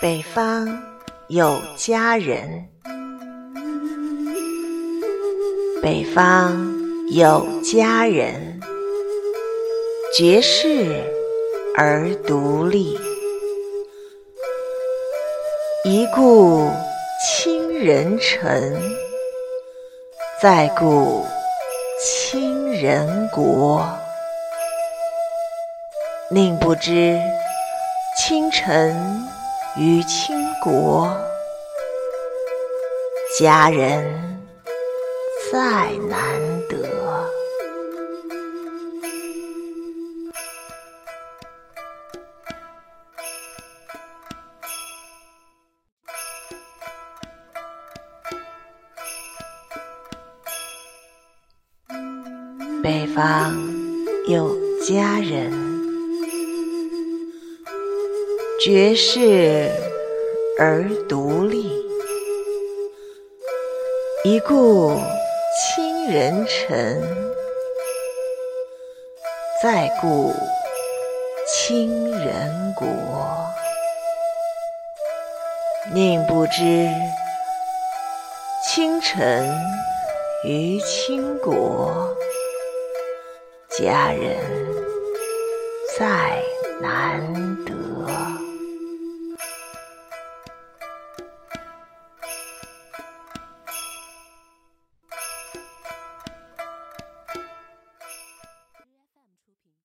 北方有佳人，北方有佳人，绝世而独立。一顾倾人城，再顾倾人国。宁不知倾城于倾国，佳人再难得。北方有佳人，绝世而独立。一顾倾人城，再顾倾人国。宁不知倾城于倾国，佳人再难